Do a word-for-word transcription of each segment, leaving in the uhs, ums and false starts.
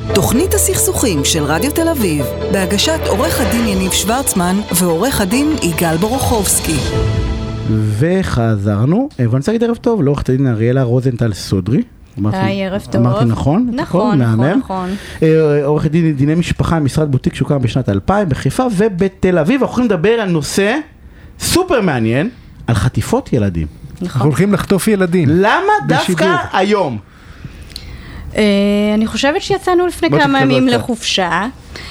תוכנית הסכסוכים של רדיו תל אביב, בהגשת עורך הדין יניב שוורצמן ועורך הדין יגאל בורוכובסקי. וחזרנו, ואני רוצה להגיד ערב טוב לעורכת הדין אריאלה רוזנטל סודרי. היי, ערב טוב. אמרתי נכון? נכון, נכון, נכון. עורכת דין דיני משפחה, משרד בוטיק שהוקם בשנת אלפיים בחיפה ובתל אביב. אנחנו הולכים לדבר על נושא סופר מעניין, על חטיפות ילדים. אנחנו הולכים לחטוף ילדים. למה דווקא היום? אני חושבת שיצאנו לפני כמה ימים לחופשה,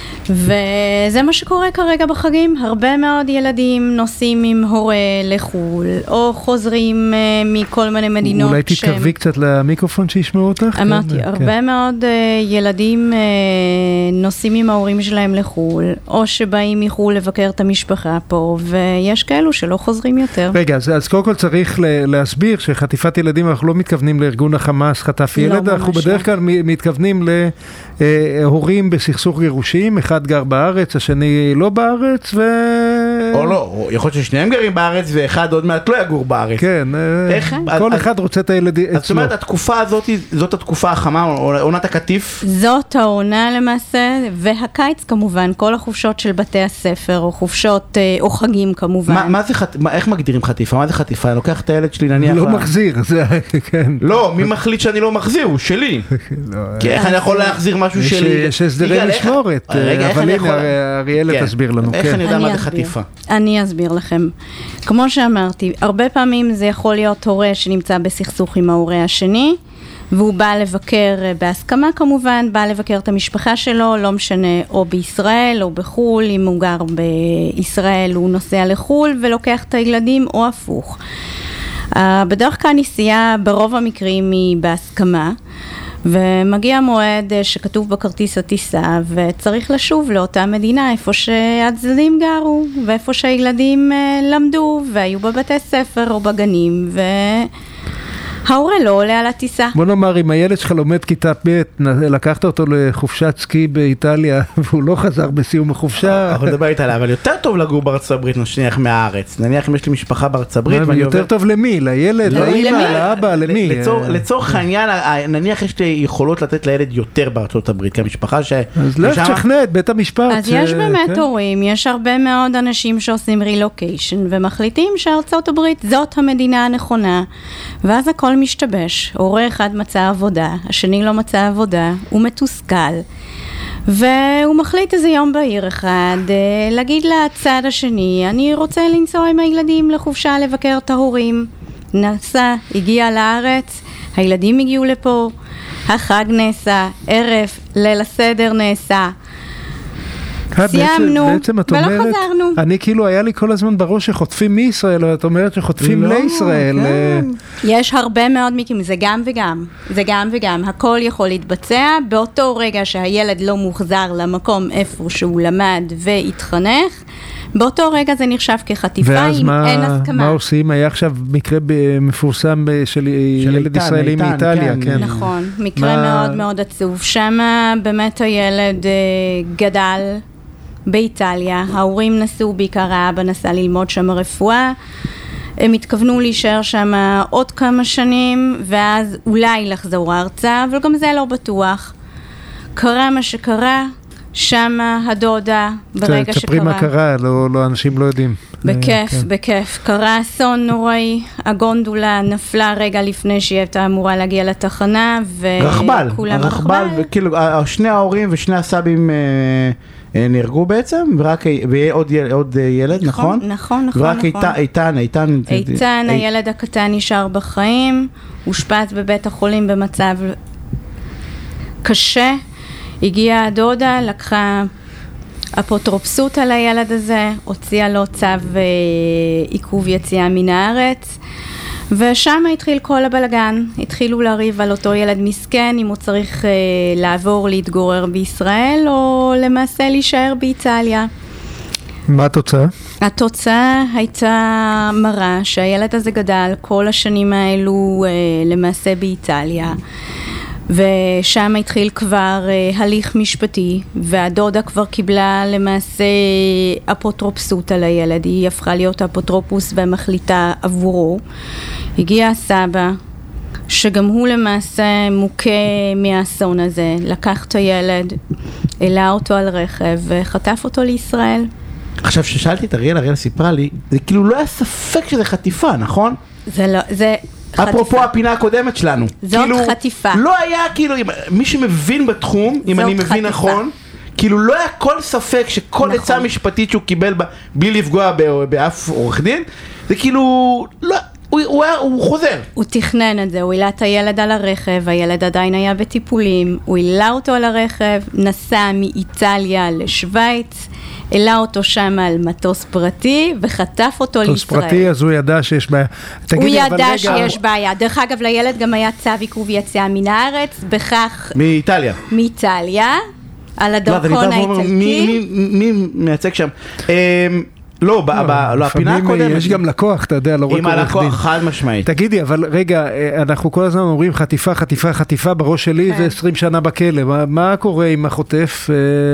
וזה מה שקורה כרגע בחגים. הרבה מאוד ילדים נוסעים עם הורה לחול, או חוזרים מכל מיני מדינות. אולי תתקרבי קצת למיקרופון שישמעו אותך? אמרתי, הרבה מאוד ילדים נוסעים עם ההורים שלהם לחול, או שבאים מחול לבקר את המשפחה פה, ויש כאלו שלא חוזרים יותר. רגע, אז קודם כל צריך להסביר שחטיפת ילדים, אנחנו לא מתכוונים לארגון החמאס חטף ילד, אנחנו בדרך כלל מתכוונים להורים בסכסוך גירושים, אחד גר בארץ, השני לא בארץ, ו... או לא, יכול להיות ששניהם גרים בארץ, ואחד עוד מעט לא יגור בארץ. כן, כל אחד רוצה את הילד אצלו. זאת אומרת, התקופה הזאת, זאת התקופה החמה, עונת הקטיף? זאת העונה למעשה, והקיץ כמובן, כל החופשות של בתי הספר, או חופשות, או חגים כמובן. מה זה, איך מגדירים חטיפה? מה זה חטיפה? אני לוקח את הילד שלי, נניח... לא מחזיר, זה, כן. לא, מי מחליט שאני לא מחזיר? הוא שלי. כי איך אני יכול להחזיר משהו שלי? יש הסדרי משמורת. אבל הנה, אריאלה תסביר לנו. איך אני יודע מה זה חטיפה? אני אסביר לכם. כמו שאמרתי, הרבה פעמים זה יכול להיות הורה שנמצא בסכסוך עם ההורה השני, והוא בא לבקר בהסכמה כמובן, בא לבקר את המשפחה שלו, לא משנה או בישראל או בחול, אם הוא גר בישראל הוא נוסע לחול ולוקח את הילדים או הפוך. בדרך כלל נסיעה ברוב המקרים היא בהסכמה, ומגיע מועד שכתוב בכרטיס הטיסה, וצריך לשוב לאותה מדינה, איפה שהצדדים גרו, ואיפה שהילדים למדו, והיו בבתי ספר או בגנים, וההורה לא עולה על הטיסה. בוא נאמר, אם הילד שלך לומד כיתה ב', לקחת אותו לחופשת סקי באיטליה, והוא לא חזר בסיום החופשה. אנחנו נדבר איטליה, אבל יותר טוב לגור בארצות הברית, נניח מהארץ. נניח אם יש לי משפחה בארצות הברית. יותר טוב למי? לילד, לאמא, לאבא, למי? לצורך העניין, נניח יש לי יכולות לתת לילד יותר בארצות הברית, כי המשפחה ש... אז לא תשכנע את בית המשפט. אז יש באמת הורים, יש הרבה מאוד אנשים שעושים רילוקיישן, ומחליטים שארצות הברית זאת המדינה הנכונה, ואז הכל משתבש. הורה אחד מצא עבודה, השני לא מצא עבודה, הוא מתוסכל, והוא מחליט איזה יום בהיר אחד להגיד לצד השני, אני רוצה לנסוע עם הילדים לחופשה לבקר את ההורים. נסע, הגיע לארץ, הילדים הגיעו לפה, החג נעשה, ערב, ליל הסדר נעשה, סיימנו, ולא חזרנו. אני כאילו, היה לי כל הזמן בראש שחוטפים מישראל, את אומרת שחוטפים לישראל. יש הרבה מאוד מקרים, זה גם וגם, זה גם וגם, הכל יכול להתבצע, באותו רגע שהילד לא מוחזר למקום איפה שהוא למד והתחנך, באותו רגע זה נחשב כחטיפה, אם אין הסכמה. ואז מה עושים? היה עכשיו מקרה מפורסם של ילד ישראלי מאיטליה. נכון, מקרה מאוד מאוד עצוב. שם באמת הילד גדל באיטליה, ההורים נסעו, בעיקר האבא נסע ללמוד שם רפואה, הם התכוונו להישאר שם עוד כמה שנים, ואז אולי לחזור ארצה, אבל גם זה לא בטוח. קרה מה שקרה, שמה הדודה, ברגע שקרה. תספרי מה קרה, לא, לא, אנשים לא יודעים. בכיף, כן. בכיף. קרה אסון נוראי, הגונדולה נפלה רגע לפני שהיא הייתה אמורה להגיע לתחנה, רכבל, רכבל, וכאילו, שני ההורים ושני הסבים נהרגו בעצם, ורק, ועוד עוד ילד, נכון? נכון, נכון, ורק נכון. איתן, איתן, איתן, הילד הקטן נשאר בחיים, הושפט בבית החולים במצב קשה, הגיעה הדודה, לקחה אפוטרופסות על הילד הזה, הוציאה לו צו עיכוב יציאה מן הארץ, ושם התחיל כל הבלגן, התחילו לריב על אותו ילד מסכן, אם הוא צריך אה, לעבור להתגורר בישראל, או למעשה להישאר באיטליה. מה התוצאה? התוצאה הייתה מראה שהילד הזה גדל כל השנים האלו אה, למעשה באיטליה, ושם התחיל כבר uh, הליך משפטי, והדודה כבר קיבלה למעשה אפוטרופסות על הילד, היא הפכה להיות אפוטרופוס ומחליטה עבורו. הגיע הסבא, שגם הוא למעשה מוכה מהאסון הזה, לקח את הילד, העלה אותו על רכב וחטף אותו לישראל. עכשיו ששאלתי את אריאל, אריאל סיפרה לי, זה כאילו לא היה ספק שזה חטיפה, נכון? זה לא, זה חטיפה. אפרופו הפינה הקודמת שלנו. זאת כאילו, חטיפה. לא היה כאילו, מי שמבין בתחום, אם אני מבין חטיפה. נכון, כאילו לא היה כל ספק שכל נכון. עצה משפטית שהוא קיבל בה, בלי לפגוע באף עורך דין, זה כאילו, לא, הוא, הוא, היה, הוא חוזר. הוא תכנן את זה, הוא העלה את הילד על הרכב, הילד עדיין היה בטיפולים, הוא העלה אותו על הרכב, נסע מאיטליה לשוויץ, העלה אותו שם על מטוס פרטי וחטף אותו לישראל. מטוס פרטי, אז הוא ידע שיש בעיה. הוא ידע שיש בעיה. דרך אגב, לילד גם היה צו עיכוב יציאה מן הארץ, בכך... מאיטליה. מאיטליה, על הדרכון האיטלקי. מי מייצג שם? לא, הפינה הקודמת. יש גם לקוח, אתה יודע, לא רק עורך דין. עם הלקוח חד משמעית. תגידי, אבל רגע, אנחנו כל הזמן אומרים חטיפה, חטיפה, חטיפה, בראש שלי זה עשרים שנה בכלא. מה קורה עם החוטף?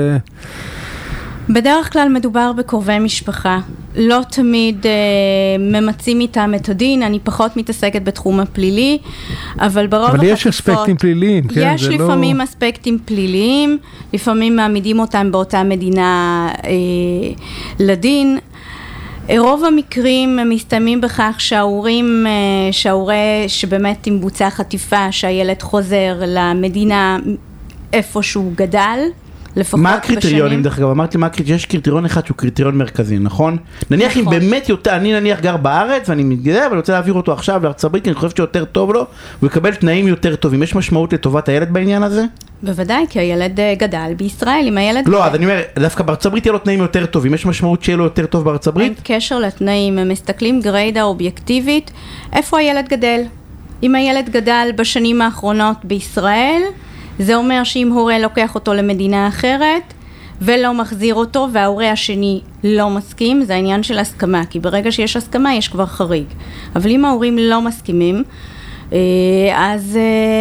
בדרך כלל מדובר בקרובי משפחה, לא תמיד אה, ממצים איתם את הדין, אני פחות מתעסקת בתחום הפלילי, אבל ברוב אבל החטיפות... יש אספקטים פליליים, כן? יש לפעמים לא... אספקטים פליליים, לפעמים מעמידים אותם באותה מדינה אה, לדין. רוב המקרים מסתיימים בכך שההורים, אה, שההורה שבאמת עם בוצע חטיפה, שהילד חוזר למדינה איפה שהוא גדל, מה הקריטריונים דרך אגב? אמרתי מה הקריטריון, יש קריטריון אחד שהוא קריטריון מרכזי, נכון? נניח אם באמת יותר, אני נניח גר בארץ ואני מתגדל, אבל רוצה להעביר אותו עכשיו לארצות הברית, כי אני חושב שיותר טוב לו, הוא יקבל תנאים יותר טובים. יש משמעות לטובת הילד בעניין הזה? בוודאי, כי הילד גדל בישראל, אם הילד... לא, אז אני אומר, דווקא בארצות הברית יהיה לו תנאים יותר טובים, יש משמעות שיהיה לו יותר טוב בארצות הברית? אין קשר לתנאים, הם מסתכלים גריידה אובייקטיבית, איפה הילד גדל? אם הילד גדל בשנים האחרונות בישראל, זה אומר שאם הורה לוקח אותו למדינה אחרת ולא מחזיר אותו וההורה השני לא מסכים, זה העניין של הסכמה, כי ברגע שיש הסכמה יש כבר חריג. אבל אם ההורים לא מסכימים, אז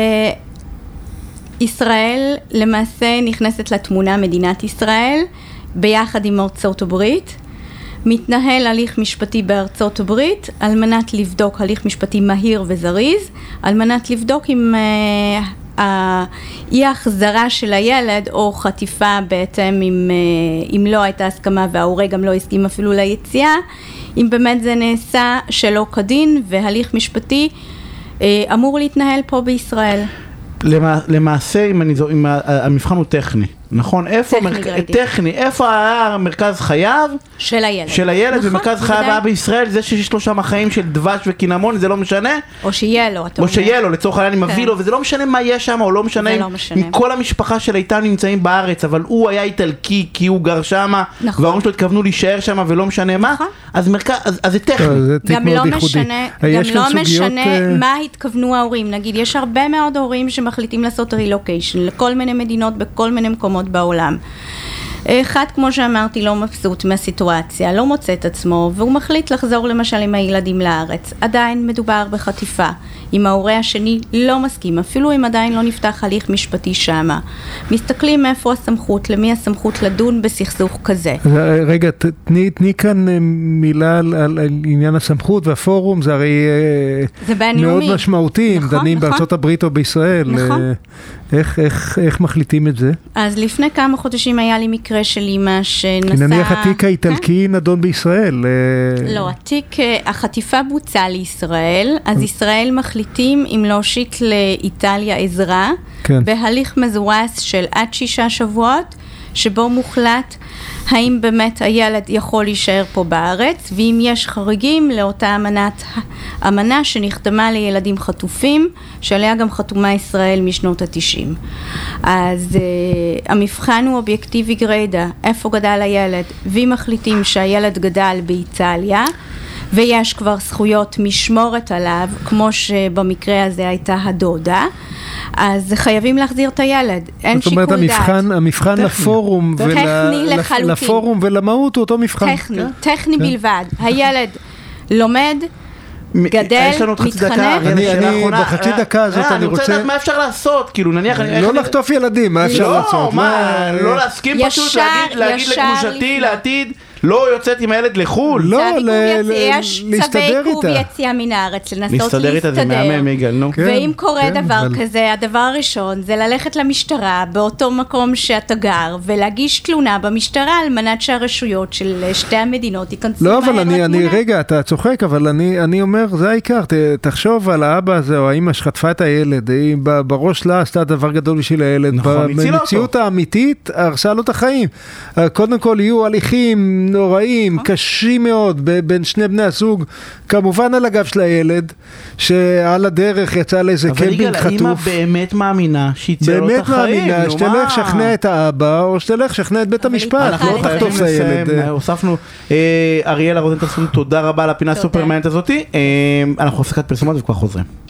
ישראל למעשה נכנסת לתמונה, מדינת ישראל, ביחד עם ארצות הברית, מתנהל הליך משפטי בארצות הברית על מנת לבדוק, הליך משפטי מהיר וזריז, על מנת לבדוק אם... אי ההחזרה של הילד או חטיפה בעצם אם, אם לא הייתה הסכמה וההורה גם לא הסכים אפילו ליציאה, אם באמת זה נעשה שלא כדין והליך משפטי אמור להתנהל פה בישראל. למעשה אם אני, אם המבחן הוא טכני, נכון? איפה טכני, מרכ... טכני, איפה היה מרכז חייו? של הילד. של הילד, נכון, ומרכז חייו היה בישראל, זה שיש לו שם חיים של דבש וקינמון, זה לא משנה? או שיהיה לו, אתה או אומר. שיהיה לו, לצורך העניין, אני מביא לו, וזה לא משנה מה יש שם, או לא משנה, לא משנה. אם כל המשפחה של איתן נמצאים בארץ, אבל הוא היה איטלקי, כי הוא גר שם, נכון. וההורים שלו התכוונו להישאר שם, ולא משנה מה, נכון. אז, מרכז, אז, אז זה טכני. גם לא משנה, גם לא משנה מה התכוונו ההורים, נגיד, יש הרבה מאוד הורים שמחליטים לעשות רילוקיישן לכל מיני מדינות, בכל מיני מקומות בעולם. אחד, כמו שאמרתי, לא מבסוט מהסיטואציה, לא מוצא את עצמו, והוא מחליט לחזור למשל עם הילדים לארץ. עדיין מדובר בחטיפה. אם ההורה השני לא מסכים, אפילו אם עדיין לא נפתח הליך משפטי שמה. מסתכלים מאיפה הסמכות, למי הסמכות לדון בסכסוך כזה. רגע, תני, תני כאן מילה על, על עניין הסמכות והפורום, זה הרי זה מאוד משמעותי, נכון, דנים נכון. בארצות הברית או בישראל. נכון. איך, איך, איך מחליטים את זה? אז לפני כמה חודשים היה לי מקרה של אמא שנסע... כי נניח התיק האיטלקי נדון בישראל. לא, התיק, החטיפה בוצעה לישראל, אז ישראל מחליטים אם להושיט לאיטליה עזרה, כן. בהליך מזורס של עד שישה שבועות, שבו מוחלט האם באמת הילד יכול להישאר פה בארץ, ואם יש חריגים לאותה אמנת, אמנה שנחתמה לילדים חטופים, שעליה גם חתומה ישראל משנות התשעים. אז uh, המבחן הוא אובייקטיבי גריידה, איפה גדל הילד, ואם מחליטים שהילד גדל באיטליה, ויש כבר זכויות משמורת עליו, כמו שבמקרה הזה הייתה הדודה, אז חייבים להחזיר את הילד, אין שיקול דעת. זאת אומרת, המבחן, המבחן לפורום, לפורום ולמהות הוא אותו מבחן. טכני, טכני בלבד. הילד לומד, גדל, מתחנך. אני בחצי דקה הזאת אני רוצה... אני רוצה לדעת מה אפשר לעשות, כאילו נניח... לא לחטוף ילדים, מה אפשר לעשות? לא, מה, לא להסכים פשוט, להגיד לגרושתי, לעתיד, לא יוצאת עם הילד לחול. לא, להסתדר איתה. צווי יציאה מן הארץ, לנסות להסתדר. איתה זה מהמם, יגאל, נו. ואם קורה דבר כזה, הדבר הראשון זה ללכת למשטרה באותו מקום שאתה גר, ולהגיש תלונה במשטרה על מנת שהרשויות של שתי המדינות ייכנסו מהר לתמונה. לא, אבל אני, רגע, אתה צוחק, אבל אני אומר, זה העיקר, תחשוב על האבא הזה, או האמא שחטפה את הילד, היא בראש שלה עשתה דבר גדול בשביל הילד, במציאות האמיתית, הרסה לו את החיים. קודם כל יהיו הליכים נוראים, קשים מאוד, בין שני בני הזוג, כמובן על הגב של הילד, שעל הדרך יצא לאיזה קמפינג חטוף. אבל יגאל, האמא באמת מאמינה שיצא לו את החיים. באמת מאמינה, שתלך שכנע את האבא, או שתלך שכנע את בית המשפט. אנחנו לא חייבים לסיים, הוספנו, אריאלה רוזנטל, תודה רבה על הפינה הסופרמנט הזאת, אנחנו הפסקת פרסומות וכבר חוזרים.